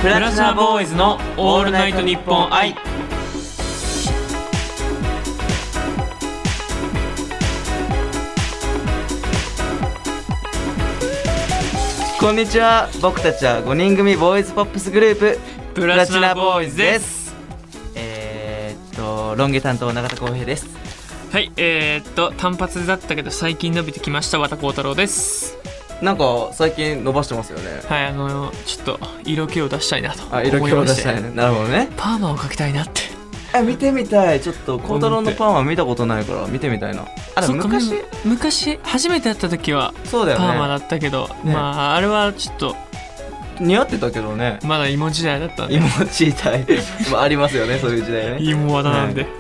プラチナボーイズのオールナイトニッポン愛。 こんにちは、僕たちは5人組ボーイズポップスグループプラチナボーイズです。 ロン毛担当永田浩平です。 はい、単発だったけど最近伸びてきました和田幸太郎です。 なんか最近伸ばしてますよね。 はい、ちょっと色気を出したいなと思いまして。 色気を出したいね。なるほどね。 パーマをかけたいなって。 見てみたい。ちょっと幸太郎のパーマ見たことないから見てみたいな。でも昔初めて会った時はそうだよね、 パーマだったけど、ね、まああれはちょっと似合ってたけどね。 まだ芋時代だったんで。 芋時代ありますよね、そういう時代ね。 芋和田なんで、はい、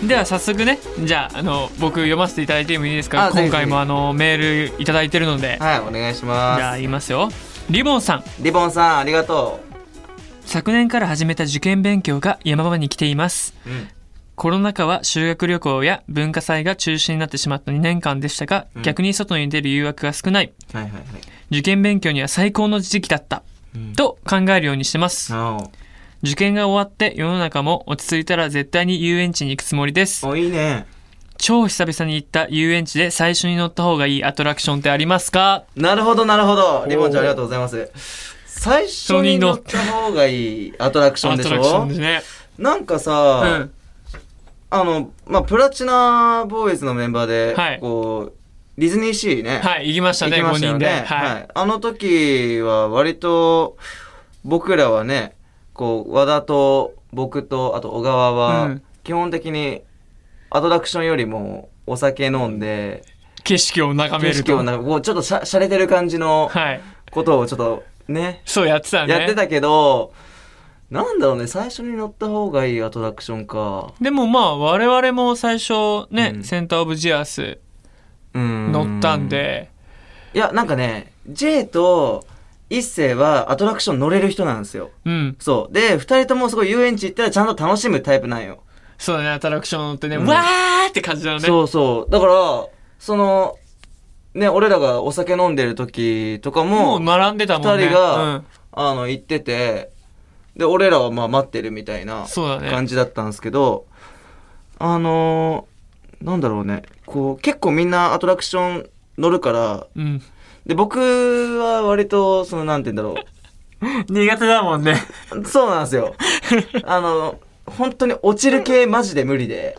では早速ね、じゃあ僕読ませていただいてもいいですか。今回もメールいただいてるので、 はい、お願いします。 じゃあ言いますよ。リボンさんありがとう。 昨年から始めた受験勉強が山場に来ています、コロナ禍は修学旅行や文化祭が中止になってしまった2年間でしたが、逆に外に出る誘惑が少ない、受験勉強には最高の時期だった、と考えるようにしてます。受験が終わって世の中も落ち着いたら絶対に遊園地に行くつもりです。 いいね。 超久々に行った遊園地で最初に乗った方がいいアトラクションってありますか？ なるほど。リボンちゃんありがとうございます。最初に乗った方がいいアトラクションでしょ。アトラクションですね。なんかさ、プラチナボーイズのメンバーで、こうディズニーシーね、 行きましたね、5人で、 あの時は割と僕らはね、こう和田と僕とあと小川は基本的にアトラクションよりもお酒飲んで景色を眺めると、 こうちょっとしゃれてる感じのことをちょっとね、 そうやってたね。 やってたけど、なんだろうね、最初に乗った方がいいアトラクションか。 でもまあ我々も最初ね、センターオブジアス乗ったんで、 いやなんかね、J と一星はアトラクション乗れる人なんですよ。そうで、2人ともすごい遊園地行ったらちゃんと楽しむタイプなんよ。 そうだね、アトラクション乗ってね、わーって感じだね。 そうだからそのね、俺らがお酒飲んでる時とかもう並んでたもんね。 2人が、行ってて、で俺らはまあ待ってるみたいな感じだったんですけど、なんだろうね、こう結構みんなアトラクション乗るから、で僕は割とそのなんて言うんだろう苦手だもんね。 そうなんですよ。本当に落ちる系マジで無理で。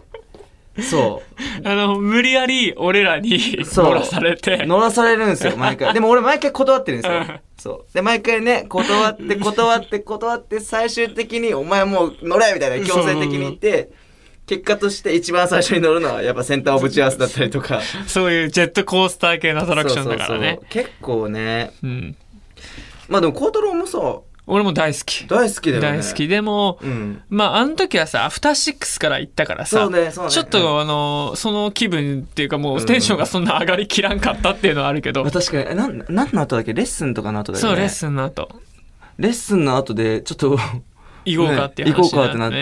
無理やり俺らに乗らされるんですよ、毎回。でも俺毎回断ってるんですよ。で毎回ね、断って最終的にお前もう乗れみたいな強制的に言って、結果として一番最初に乗るのはやっぱセンターオブジアスだったりとか、 そういうジェットコースター系のアトラクションだからね。 結構ね、まあでも孝太郎もさ、 俺も大好きだよね。 大好き。でも、まああの時はさ、アフターシックスから行ったからさ、ちょっとその気分っていうかもうテンションがそんな上がりきらんかったっていうのはあるけど、 確かに何の後だっけ、レッスンとかの後だよね。 そう、レッスンの後でちょっと行こうかっていう話になって、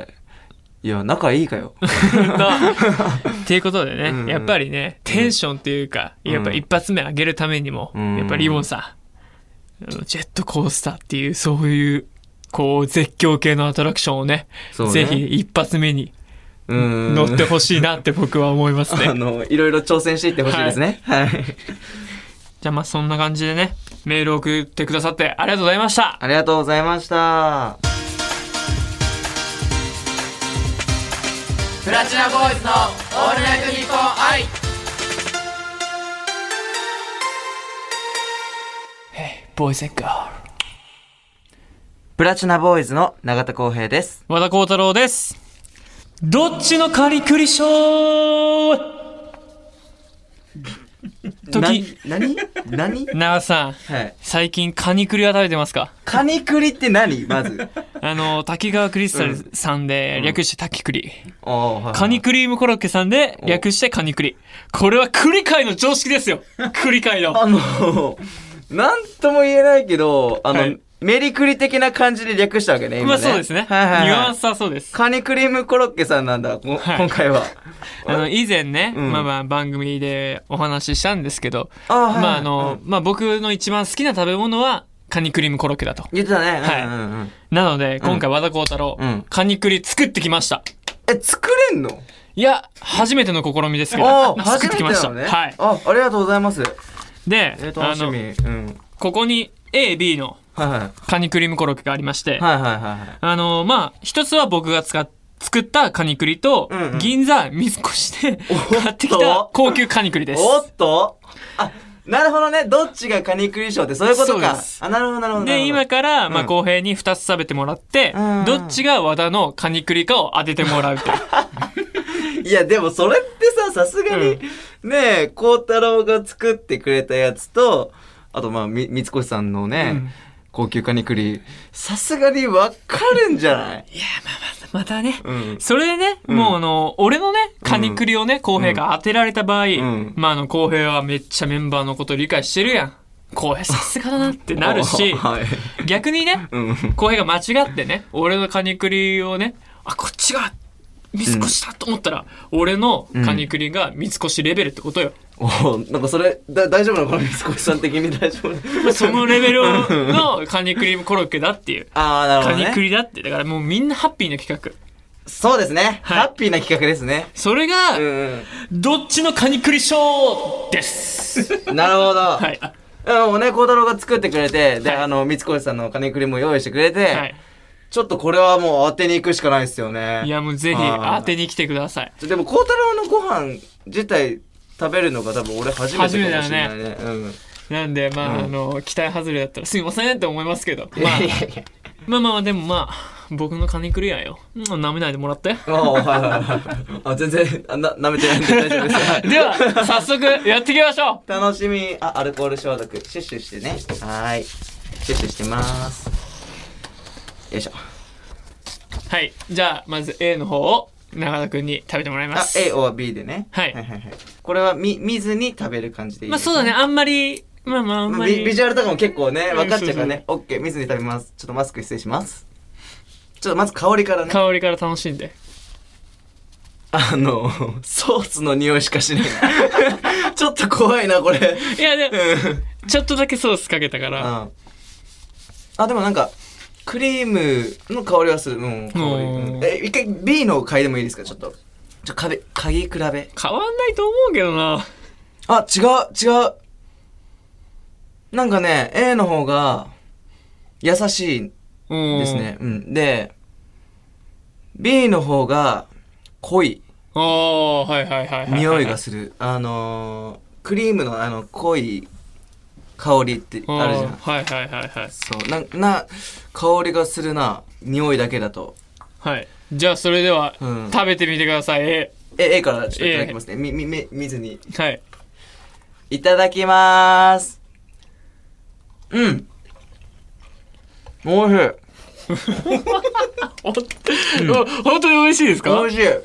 いや仲いいかよっていうことでね、やっぱりね、テンションっていうか、やっぱ一発目上げるためにも、やっぱリボンさ、ジェットコースターっていうそういうこう絶叫系のアトラクションをね、ぜひ一発目に乗ってほしいなって僕は思いますね。 いろいろ挑戦していってほしいですね。 じゃあまあそんな感じでね、メールを送ってくださってありがとうございました。 ありがとうございました。 プラチナボーイズのオールナイトニッポン愛。 ボーイズ&ガール。 プラチナボーイズの永田浩平です。 和田幸太郎です。どっちのカリクリショー何長さん、最近カニクリは食べてますか？ カニクリって何？まず滝川クリスタルさんで略して滝クリ、カニクリームコロッケさんで略してカニクリ。これは栗界の常識ですよ。栗界のなんとも言えないけど、メリクリ的な感じで略したわけね、今ね。 まあそうですね。ニュアンスはそうです。 カニクリームコロッケさんなんだ、今回は。 以前ね、まあ番組でお話ししたんですけど、まあ僕の一番好きな食べ物はカニクリームコロッケだと。 言ってたね。 はい。なので、今回和田幸太郎、カニクリ作ってきました。 作れんの？ いや、初めての試みですけど、作ってきました。 ね、はい。ありがとうございます。 で、 楽しみ。 ここに A、B のカニクリームコロッケがありまして、一つは僕が作ったカニクリと、銀座三越で買ってきた高級カニクリです。 おっと、なるほどね。どっちがカニクリ賞ってそういうことか。なるほどなるほど。 で、今から、公平に2つ食べてもらって、どっちが和田のカニクリかを当ててもらうと。 いや、でもそれってさすがに、ね、孝太郎が作ってくれたやつと、あと三越さんのね、高級カニクリ、さすがに分かるんじゃない？ いや、またね、それでね、もう俺のね、カニクリをね、公平が当てられた場合、公平はめっちゃメンバーのこと理解してるやん。公平さすがだなってなるし、逆にね、公平が間違ってね、俺のカニクリをね、こっちが三越だと思ったら、俺のカニクリが三越レベルってことよ。 なんかそれ、大丈夫なのかな、三越さん的に大丈夫そのレベルのカニクリームコロッケだっていう。 なるほどね。 カニクリだって。だからもうみんなハッピーな企画。 そうですね。ハッピーな企画ですね。 それが、どっちのカニクリショーです。 なるほど。はい。もうね、孝太郎が作ってくれて、で、三越さんのカニクリも用意してくれて、ちょっとこれはもう当てに行くしかないですよね。 いや、もうぜひ当てに来てください。 でも孝太郎のご飯自体食べるのが多分俺初めてかもしれないね。 なんで、期待外れだったらすいませんって思いますけど。でも僕のカニクリアよ。舐めないでもらって。 全然、舐めてないんで大丈夫です。 では、早速やっていきましょう。楽しみ。アルコール消毒。シュッシュしてね。はい。シュッシュしてます。よいしょ。 はい。じゃあ、まず A の方を中田くんに食べてもらいます。 A or B でね。 はい。 これは見ずに食べる感じでいいですか？ そうだね。あんまり、あんまり。 ビジュアルとかも結構ね、分かっちゃうからね。オッケー、見ずに食べます。ちょっとマスク失礼します。ちょっとまず香りからね。 香りから楽しんで。 ソースの匂いしかしない。ちょっと怖いな、これ。 いや、でも、ちょっとだけソースかけたから。 でもなんか、クリームの香りはする。一回 B の嗅いでもいいですか？ちょっと。嗅ぎ比べ。 変わんないと思うけどな。 違う。なんかね、A の方が優しいですね。で、B の方が濃い。匂いがする。クリームの濃い香りってあるじゃん。そう。香りがするな。匂いだけだと。 はい。じゃあそれでは、食べてみてください。 A からちょっといただきますね。見ずに。 はい。 いただきまーす。おいしい。 本当に美味しいですか？ 美味しい。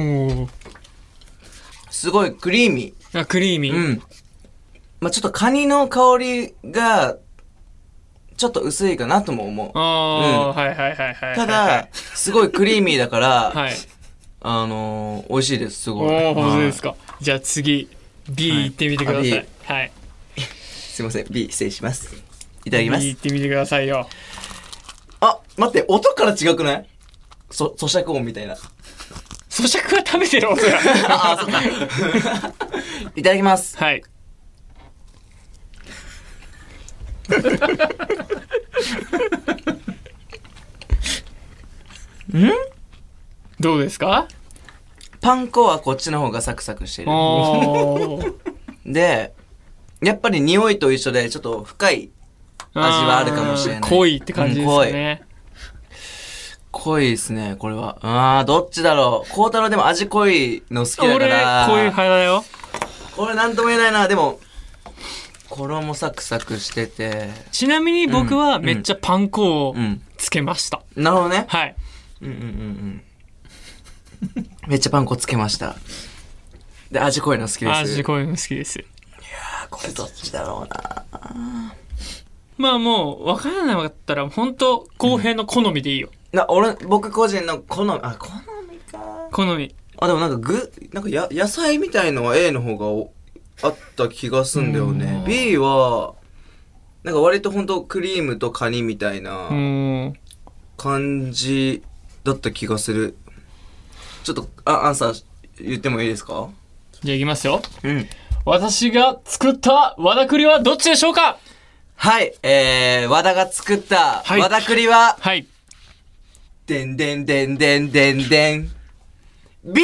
すごいクリーミー。 クリーミー。 ちょっとカニの香りがちょっと薄いかなとも思う。ただすごいクリーミーだから、美味しいです。すごい。 本当ですか。じゃあ次 B 行ってみてください。はい。 すいません、 B 失礼します。いただきます。 B 行ってみてくださいよ。 待って、音から違くない？咀嚼音みたいな。 咀嚼は食べてる音や。 そっか。いただきます。 はい。どうですか？ パン粉はこっちの方がサクサクしてる。で、やっぱり匂いと一緒でちょっと深い味はあるかもしれない。 濃いって感じですよね。 濃いですね、これは。どっちだろう。孝太郎でも味濃いの好きだから。 俺、濃い派だよ。 これなんとも言えないな。でも、衣サクサクしてて。 ちなみに僕はめっちゃパン粉をつけました。 なるほどね。 はい。 めっちゃパン粉つけました。で、味濃いの好きです。 味濃いの好きです。いやー、これどっちだろうな。もう、わからなかったら、本当公平の好みでいいよ。 僕個人の好みか。 好み。 でもなんか野菜みたいのは A の方があった気がすんだよね。B は、 なんか割とほんとクリームとカニみたいな感じだった気がする。ちょっとアンサー言ってもいいですか？ じゃあいきますよ。私が作った和田栗はどっちでしょうか？ はい、和田が作った和田栗は、 はい。 でんでんでんでんでんでん。B！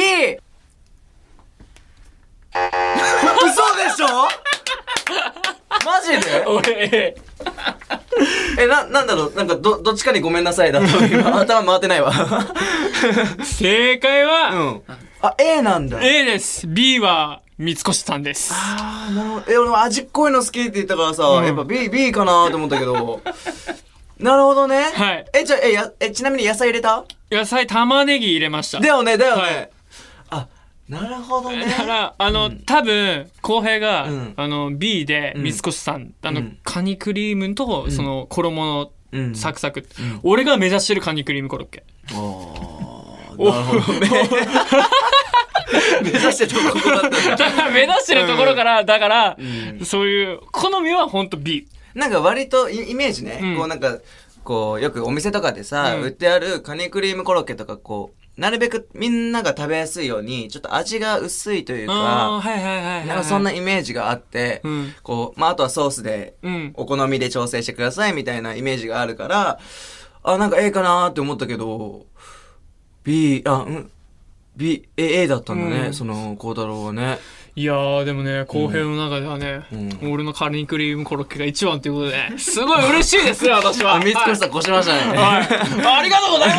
嘘でしょ？マジで？ 俺、 なんだろう、なんかどっちかにごめんなさいだと今頭回ってないわ。 正解は、 A なんだ。 A です。B は三越さんです。 なるほど。俺も味っこいの好きって言ったからさ、やっぱ B かなと思ったけど。なるほどね。 はい。 じゃあ、ちなみに野菜入れた？ 野菜、玉ねぎ入れました。 だよね。 はい、 なるほどね。 だから、多分、浩平が、B で、三越さん、カニクリームと、その、衣のサクサク。俺が目指してるカニクリームコロッケ。 なるほどね。目指してるところだったんだ。 だから目指してるところから、だから、そういう、好みはほんと B。 なんか割とイメージね、こうなんか、こう、よくお店とかでさ、売ってあるカニクリームコロッケとか、こう、なるべくみんなが食べやすいように、ちょっと味が薄いというか、なんかそんなイメージがあって、こう、あとはソースで、お好みで調整してくださいみたいなイメージがあるから、なんか A かなーって思ったけど、B、A だったんだね、その、孝太郎はね。 いやー、でもね、浩平の中ではね、俺のカニクリームコロッケが一番ということで、すごい嬉しいですね、私は。 三越さん越しましたね。 はい。ありがとうございます。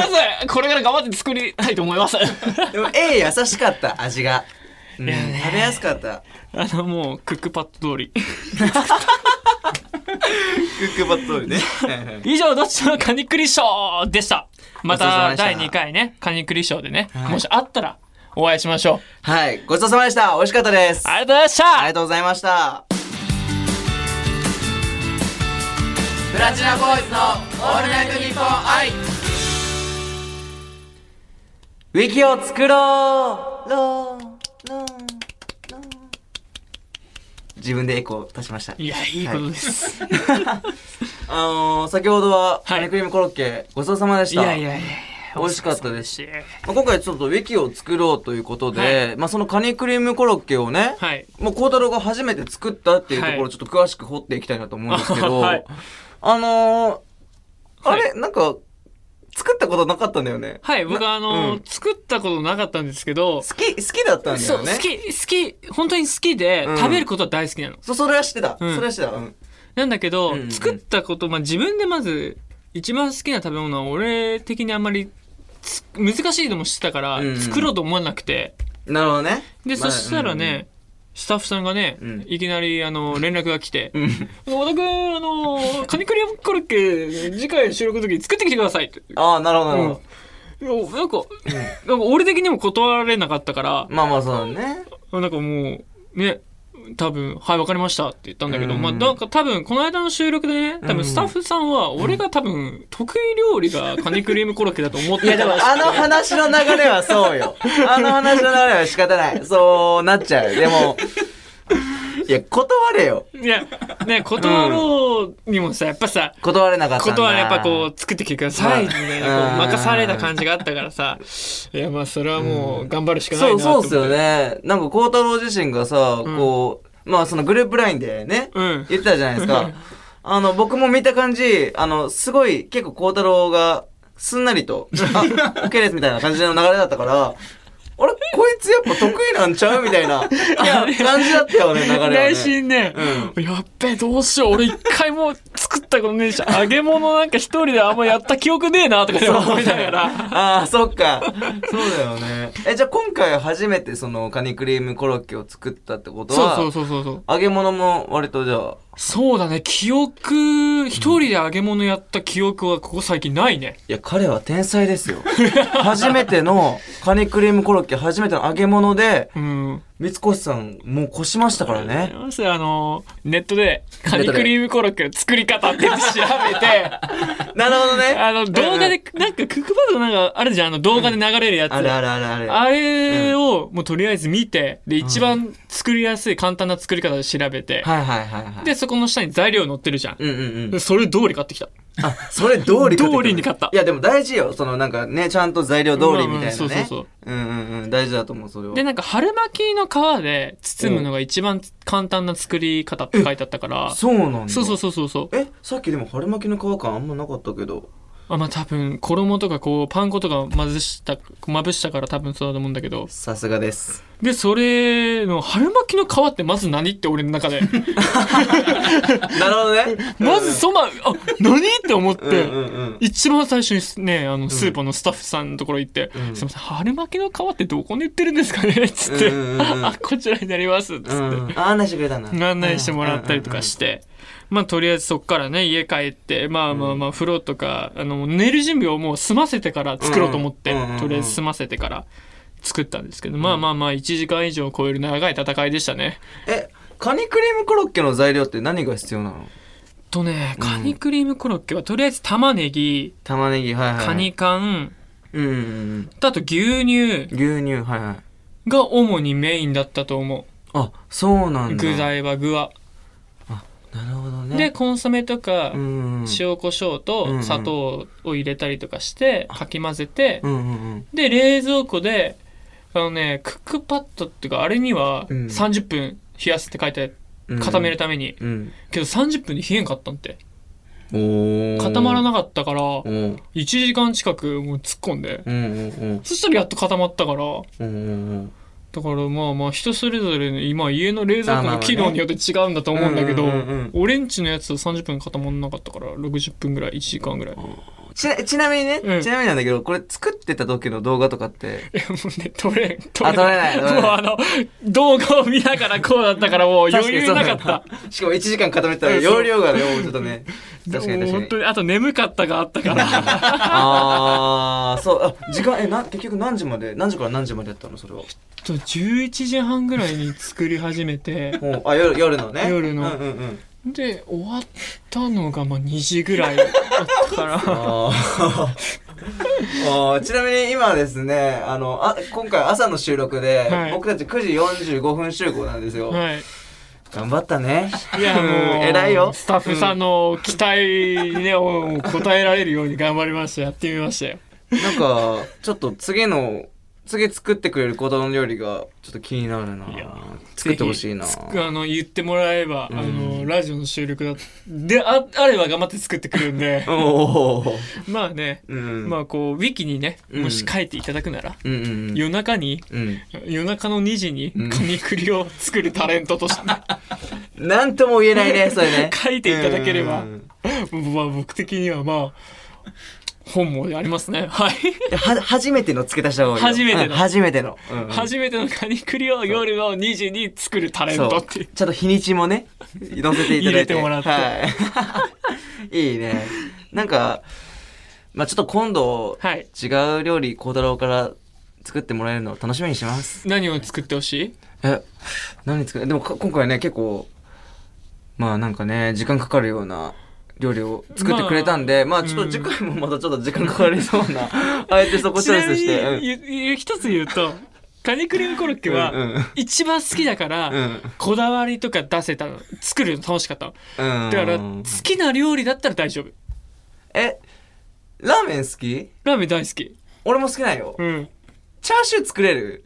これから頑張って作りたいと思います。 でも A 優しかった、味が。食べやすかった。 もう、クックパッド通り。 クックパッド通りね。 以上、どっちのカニクリショーでした。また、第2回ね、カニクリショーでね、もしあったら、お会いしましょう。 はい。ごちそうさまでした。美味しかったです。 ありがとうございました。 ありがとうございました。 プラチナボーイズのオールナイトニッポン愛。 ウィキを作ろう自分でエコー足しました。 いや、いいことです。 先ほどは、カニクリームコロッケ、ごちそうさまでした。 いや。 美味しかったですし、今回ちょっとウィキを作ろうということで、そのカニクリームコロッケをね、もう孝太郎が初めて作ったっていうところをちょっと詳しく掘っていきたいなと思うんですけど、あれなんか作ったことなかったんだよね。 はい、僕作ったことなかったんですけど、 好きだったんだよね。 そう、好き、本当に好きで、食べることは大好きなの。 それは知ってた。 なんだけど、作ったこと、自分でまず、一番好きな食べ物は俺的にあんまり難しいのも知ってたから、作ろうと思わなくて。 なるほどね。 で、そしたらね、スタッフさんがね、いきなり連絡が来て、小田くん、カニクリームコロッケ、次回収録の時に作ってきてくださいって。 なるほど。 なんか俺的にも断れなかったから。 そうだね。 なんかもう、ね、多分、はい、わかりましたって言ったんだけど、なんか多分、この間の収録でね、多分スタッフさんは、俺が多分、得意料理がカニクリームコロッケだと思ってたらしくて。いや、でも、 話の流れはそうよ。話の流れは仕方ない。そうなっちゃう。でも、いや、断れよ。 いや、ね、断ろうにもさ、やっぱさ、 断れなかったんだ。 やっぱこう、作ってきてください、みたいな、こう、任された感じがあったからさ、いや、それはもう、頑張るしかないなと思って。 そうっすよね。なんか、孝太郎自身がさ、こう、そのグループラインでね、言ってたじゃないですか。僕も見た感じ、すごい、結構孝太郎が、すんなりと、OK ですみたいな感じの流れだったから、あれこいつやっぱ得意なんちゃうみたいな感じだったよね、流れはね。 内心ね、やっべどうしよう、俺一回も作ったことねえし、揚げ物なんか一人であんまやった記憶ねえな、とか思いながら。 そっか。そうだよね。じゃあ今回初めてそのカニクリームコロッケを作ったってことは、 そう。 揚げ物も割とじゃあ。 そうだね、一人で揚げ物やった記憶はここ最近ないね。 いや、彼は天才ですよ。初めてのカニクリームコロッケ、初めての揚げ物で、 三越さんもう越しましたからね。 ネットでカニクリームコロッケの作り方って調べてなるほどね。 動画でなんかクックパッドなんかあるじゃん、動画で流れるやつ、 あれあれをもうとりあえず見て、で一番作りやすい簡単な作り方で調べて、でそこの下に材料載ってるじゃん、でそれ通り買ってきた。 あ、それ通りに買った。 いやでも大事よ、そのなんかね、ちゃんと材料通りみたいなね。そう大事だと思う、それは。 でなんか春巻きの皮で包むのが一番簡単な作り方って書いてあったから。 そうなんだ。 そう。 さっきでも春巻きの皮感あんまなかったけど。 まあ多分衣とかこうパン粉とかまぶしたから多分そうだと思うんだけど。 さすがです。 でそれの春巻きの皮ってまず何って俺の中でなるほどね。 まず何って思って、一番最初にねスーパーのスタッフさんのところ行って、すいません春巻きの皮ってどこに売ってるんですかねっつって、こちらになりますっつって、 案内してくれたんだ。 案内してもらったりとかして、まあとりあえずそっからね家帰ってまあ風呂とか寝る準備をもう済ませてから作ろうと思って、とりあえず済ませてから作ったんですけど、まあ1時間以上超える長い戦いでしたね。 カニクリームコロッケの材料って何が必要なの？ カニクリームコロッケはとりあえず玉ねぎ、 カニ缶、あと牛乳が主にメインだったと思う。 あ、そうなんだ。 具はなるほどね。 でコンソメとか塩コショウと砂糖を入れたりとかしてかき混ぜて、で冷蔵庫でクックパッドっていうかあれには30分冷やすって書いて固めるために、けど30分で冷えんかったんて、固まらなかったから1時間近くもう突っ込んで、そしたらやっと固まったから、だからまあ人それぞれ、ね、今家の冷蔵庫の機能によって違うんだと思うんだけど、俺んちのやつは30分固まらなかったから60分ぐらい1時間ぐらい。 ちなみにね、ちなみになんだけど、これ作ってた時の動画とかって。 もうね、撮れない。 もう動画を見ながらこうだったからもう余裕なかった。 しかも1時間固めてたら容量がね、もうちょっとね。 確かに。本当に、あと眠かったがあったから。 そう。時間、結局何時から何時までやったのそれは。 11時半ぐらいに作り始めて。 夜のね。 夜の。で終わったのが2時ぐらいだったからちなみに今ですね今回朝の収録で、僕たち9時45分集合なんですよ、頑張ったね。 いやもう偉いよ。 スタッフさんの期待にね、応えられるように頑張りました。やってみましたよ。 なんかちょっと次作ってくれる子供の料理がちょっと気になるな。作ってほしいな。 言ってもらえば、ラジオの収録であれば頑張って作ってくるんでまあね、まあこうウィキにね、もし書いていただくなら、夜中の2時にカニクリを作るタレントとしてなんとも言えないね、それね書いていただければ、まあ僕的にはまあ本望でありますね。はい。 初めての付け足した方がいいよ。初めてのカニクリを夜の2時に作るタレントっていう。 ちゃんと日にちもね、載せていただいて。 入れてもらって。 いいね。なんか、ちょっと今度、違う料理、孝太郎から作ってもらえるのを楽しみにします。 何を作ってほしい？ 何作る？でも今回ね、結構、なんかね、時間かかるような、料理を作ってくれたんで、ちょっと次回もまたちょっと時間かかりそうなあえてそこチョイスして、 一つ言うとカニクリームコロッケは一番好きだから、こだわりとか出せたの、作るの楽しかったの、だから好きな料理だったら大丈夫。 ラーメン好き？ ラーメン大好き。 俺も好きなんよ。チャーシュー作れる？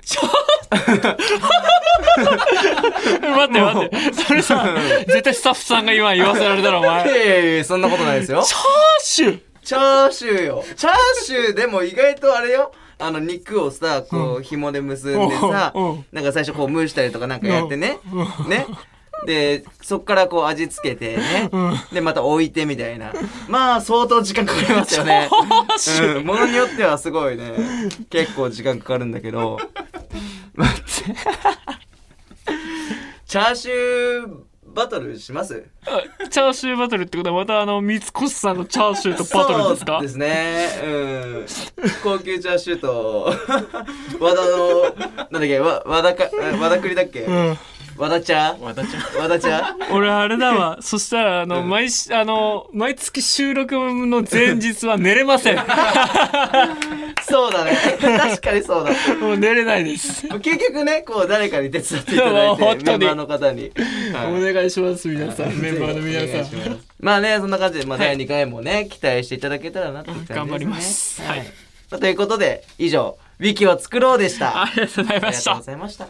待って。それさ、絶対スタッフさんが今言わせられたらお前。 いやそんなことないですよ。 チャーシューよ。 チャーシューでも意外とあれよ。肉をさ、こう、紐で結んでさ、なんか最初こう蒸したりとかなんかやってね。で、そっからこう味付けてね。で、また置いてみたいな。相当時間かかりますよね。ものによってはすごいね、結構時間かかるんだけど。待って。チャーシューバトルします？ チャーシューバトルってことはまた三越さんのチャーシューとバトルですか？ そうですね。高級チャーシューと和田のなんだっけ和田栗だっけ？和田茶？ 俺あれだわ。そしたら毎月収録の前日は寝れません。 そうだね。確かにそうだ。 もう寝れないです。 結局ね、こう誰かに手伝っていただいて、メンバーの方に、 お願いします皆さん。メンバーの皆さん。 まあね、そんな感じで、第2回もね、期待していただけたらなって感じですね。 頑張ります。はい。 ということで、以上、ウィキを作ろうでした。 ありがとうございました。 ありがとうございました。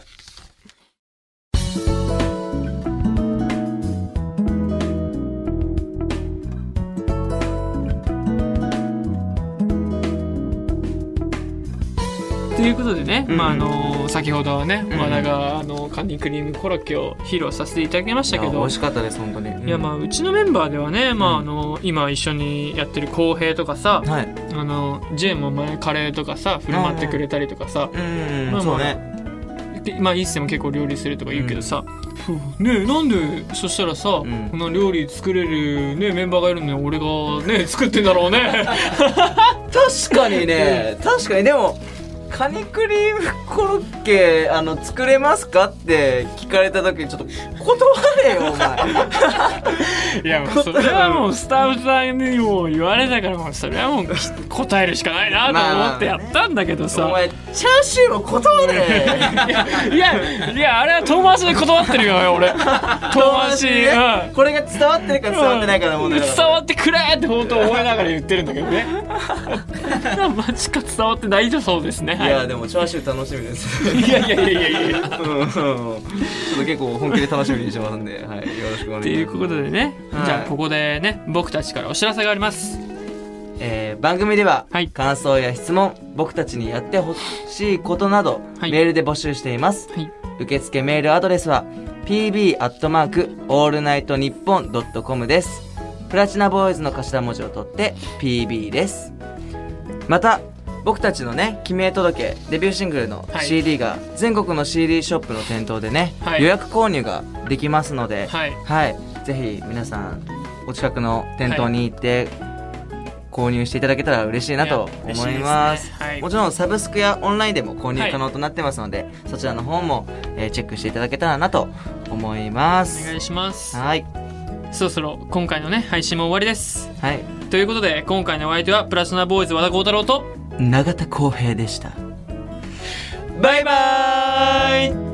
ということでね、先ほどはね、和田がカニクリームコロッケを披露させていただきましたけど、 美味しかったです本当に。 いやうちのメンバーではね、今一緒にやってる浩平とかさ、ジェーンも前カレーとかさ振る舞ってくれたりとかさ、 そうね。 一世も結構料理するとか言うけどさ、ねえなんでそしたらさ、この料理作れるねメンバーがいるのに俺がね作ってんだろうね。 確かにね、確かに。でもカニクリームコロッケ作れますかって聞かれた時にちょっと断れよお前。 いやもうそれはもうスタッフさんにも言われたからもうそれはもう答えるしかないなと思ってやったんだけどさ、 お前チャーシューも断れ。 いやあれは遠回しで断ってるよ俺。遠回し、 これが伝わってるか伝わってないからもう伝わってくれって本当思いながら言ってるんだけどね。マジか伝わってないとそうですね。 いやでもチャーシュー楽しみです。 いやちょっと結構本気で楽しみにしてますんで、よろしくお願いします。 ということでね、じゃあここでね僕たちからお知らせがあります。 番組では、感想や質問、僕たちにやってほしいことなど、メールで募集しています。受付メールアドレスは pb@allnightnippon.com です。プラチナボーイズの頭文字を取って PB です。また僕たちのね記名届デビューシングルの CD が全国の CD ショップの店頭でね、予約購入ができますので、ぜひ皆さんお近くの店頭に行って購入していただけたら嬉しいなと思います。もちろんサブスクやオンラインでも購入可能となってますので、そちらの方も、チェックしていただけたらなと思います。 お願いします。そろそろ今回のね配信も終わりです。ということで今回のお相手はプラチナボーイズ和田幸太郎と永田浩平でした。 バイバーイ。